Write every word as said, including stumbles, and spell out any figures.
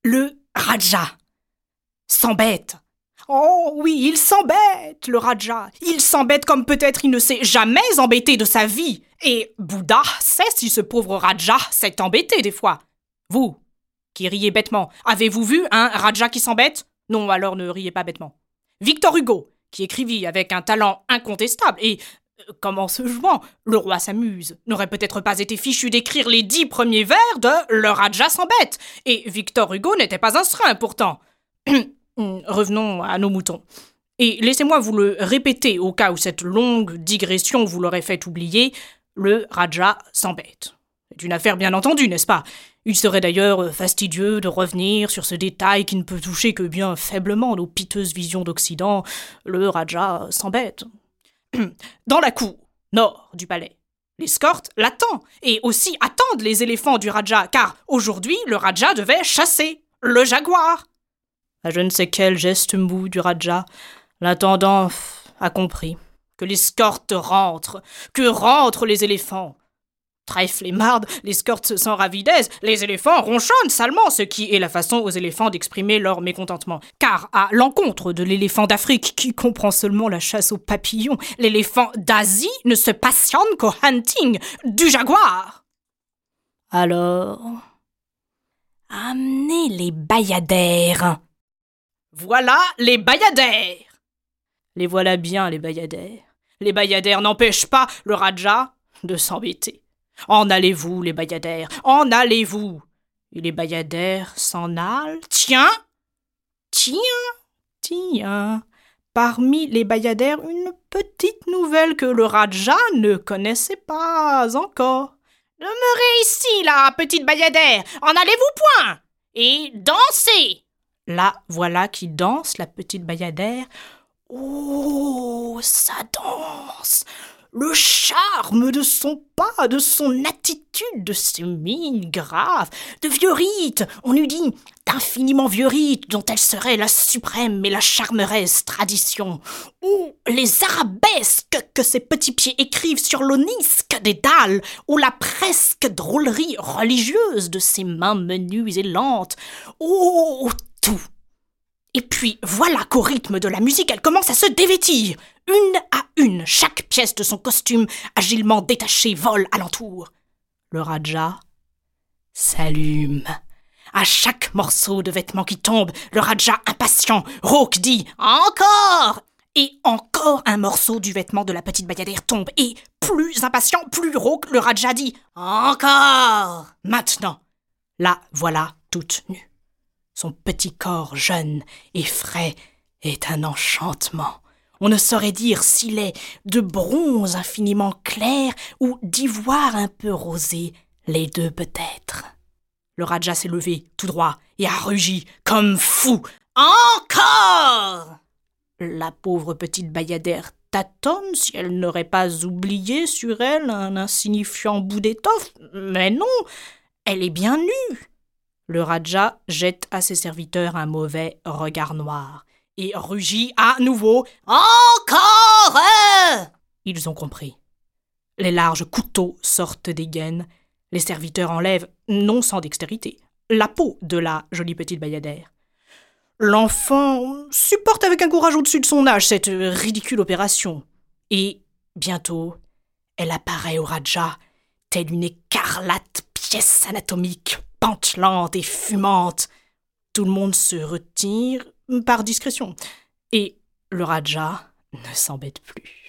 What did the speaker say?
Le Raja s'embête. Oh oui, il s'embête, le Raja. Il s'embête comme peut-être il ne s'est jamais embêté de sa vie. Et Bouddha sait si ce pauvre Raja s'est embêté des fois. Vous, qui riez bêtement, avez-vous vu un Raja qui s'embête ? Non, alors ne riez pas bêtement. Victor Hugo, qui écrivit avec un talent incontestable, et, euh, comment se jouant, le roi s'amuse, n'aurait peut-être pas été fichu d'écrire les dix premiers vers de « Le Raja s'embête ». Et Victor Hugo n'était pas un serin, pourtant. Revenons à nos moutons. Et laissez-moi vous le répéter au cas où cette longue digression vous l'aurait fait oublier, le Raja s'embête. C'est une affaire bien entendue, n'est-ce pas ? Il serait d'ailleurs fastidieux de revenir sur ce détail qui ne peut toucher que bien faiblement nos piteuses visions d'Occident. Le Raja s'embête. Dans la cour nord du palais, l'escorte l'attend, et aussi attendent les éléphants du Raja, car aujourd'hui le Raja devait chasser le jaguar. À je ne sais quel geste mou du Raja, l'intendant a compris que l'escorte rentre, que rentrent les éléphants. Très flemmarde, l'escorte se sent ravie d'aise, les éléphants ronchonnent salement, ce qui est la façon aux éléphants d'exprimer leur mécontentement. Car, à l'encontre de l'éléphant d'Afrique, qui comprend seulement la chasse aux papillons, l'éléphant d'Asie ne se passionne qu'au hunting du jaguar. Alors, amenez les bayadères. Voilà les bayadères. Les voilà bien, les bayadères. Les bayadères n'empêchent pas le Raja de s'embêter. En allez-vous, les bayadères, en allez-vous. Et les bayadères s'en allent. Tiens, tiens, tiens. Parmi les bayadères, une petite nouvelle que le Raja ne connaissait pas encore. Demeurez ici, la petite bayadère, en allez-vous point, et dansez. La voilà qui danse, la petite bayadère. Oh, ça danse! Le charme de son pas, de son attitude, de ses mines graves, de vieux rites, on eût dit d'infiniment vieux rites dont elle serait la suprême et la charmeresse tradition, ou les arabesques que ses petits pieds écrivent sur l'onisque des dalles, ou la presque drôlerie religieuse de ses mains menues et lentes. Oh, tout! Et puis, voilà qu'au rythme de la musique, elle commence à se dévêtir. Une à une, chaque pièce de son costume, agilement détachée, vole alentour. Le Raja s'allume. À chaque morceau de vêtement qui tombe, le Raja impatient, rauque, dit « Encore !» Et encore un morceau du vêtement de la petite bayadère tombe. Et plus impatient, plus rauque, le Raja dit « Encore !» Maintenant, la voilà toute nue. Son petit corps jeune et frais est un enchantement. On ne saurait dire s'il est de bronze infiniment clair ou d'ivoire un peu rosé, les deux peut-être. Le Raja s'est levé tout droit et a rugi comme fou. Encore! La pauvre petite bayadère tâtonne si elle n'aurait pas oublié sur elle un insignifiant bout d'étoffe, mais non, elle est bien nue. Le Raja jette à ses serviteurs un mauvais regard noir et rugit à nouveau « Encore !» Ils ont compris. Les larges couteaux sortent des gaines. Les serviteurs enlèvent, non sans dextérité, la peau de la jolie petite bayadère. L'enfant supporte avec un courage au-dessus de son âge cette ridicule opération. Et, bientôt, elle apparaît au Raja, telle une écarlate pièce anatomique, pantelante et fumante. Tout le monde se retire par discrétion. Et le Raja ne s'embête plus.